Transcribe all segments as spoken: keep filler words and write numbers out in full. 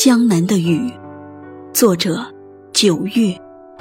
江南的雨，作者九月。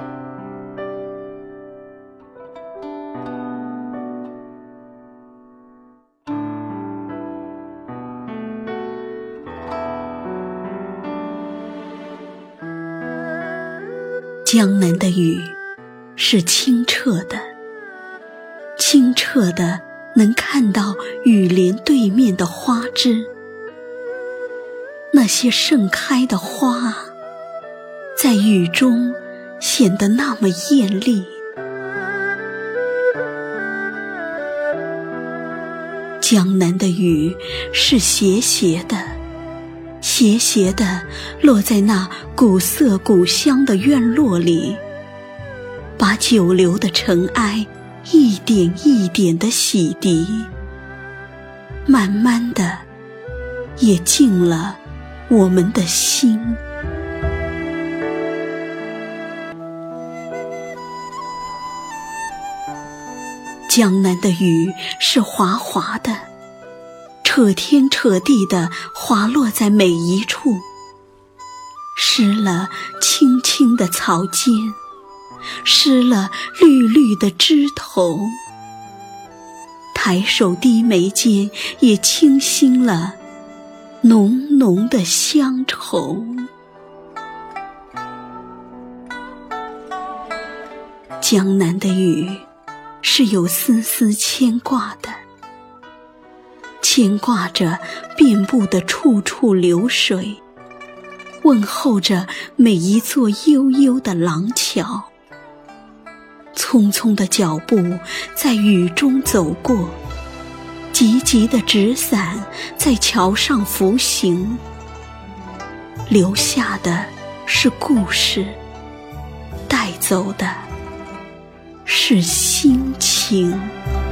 江南的雨是清澈的，清澈的能看到雨帘对面的花枝，那些盛开的花在雨中显得那么艳丽。江南的雨是斜斜的，斜斜地落在那古色古香的院落里，把久留的尘埃一点一点地洗涤，慢慢地也进了我们的心。江南的雨是滑滑的，扯天扯地地滑落在每一处，湿了青青的草尖，湿了绿绿的枝头，抬手低眉间也倾心了浓浓的乡愁。江南的雨是有丝丝牵挂的，牵挂着遍布的处处流水，问候着每一座悠悠的廊桥。匆匆的脚步在雨中走过，急急的纸伞在桥上浮行，留下的是故事，带走的是心情。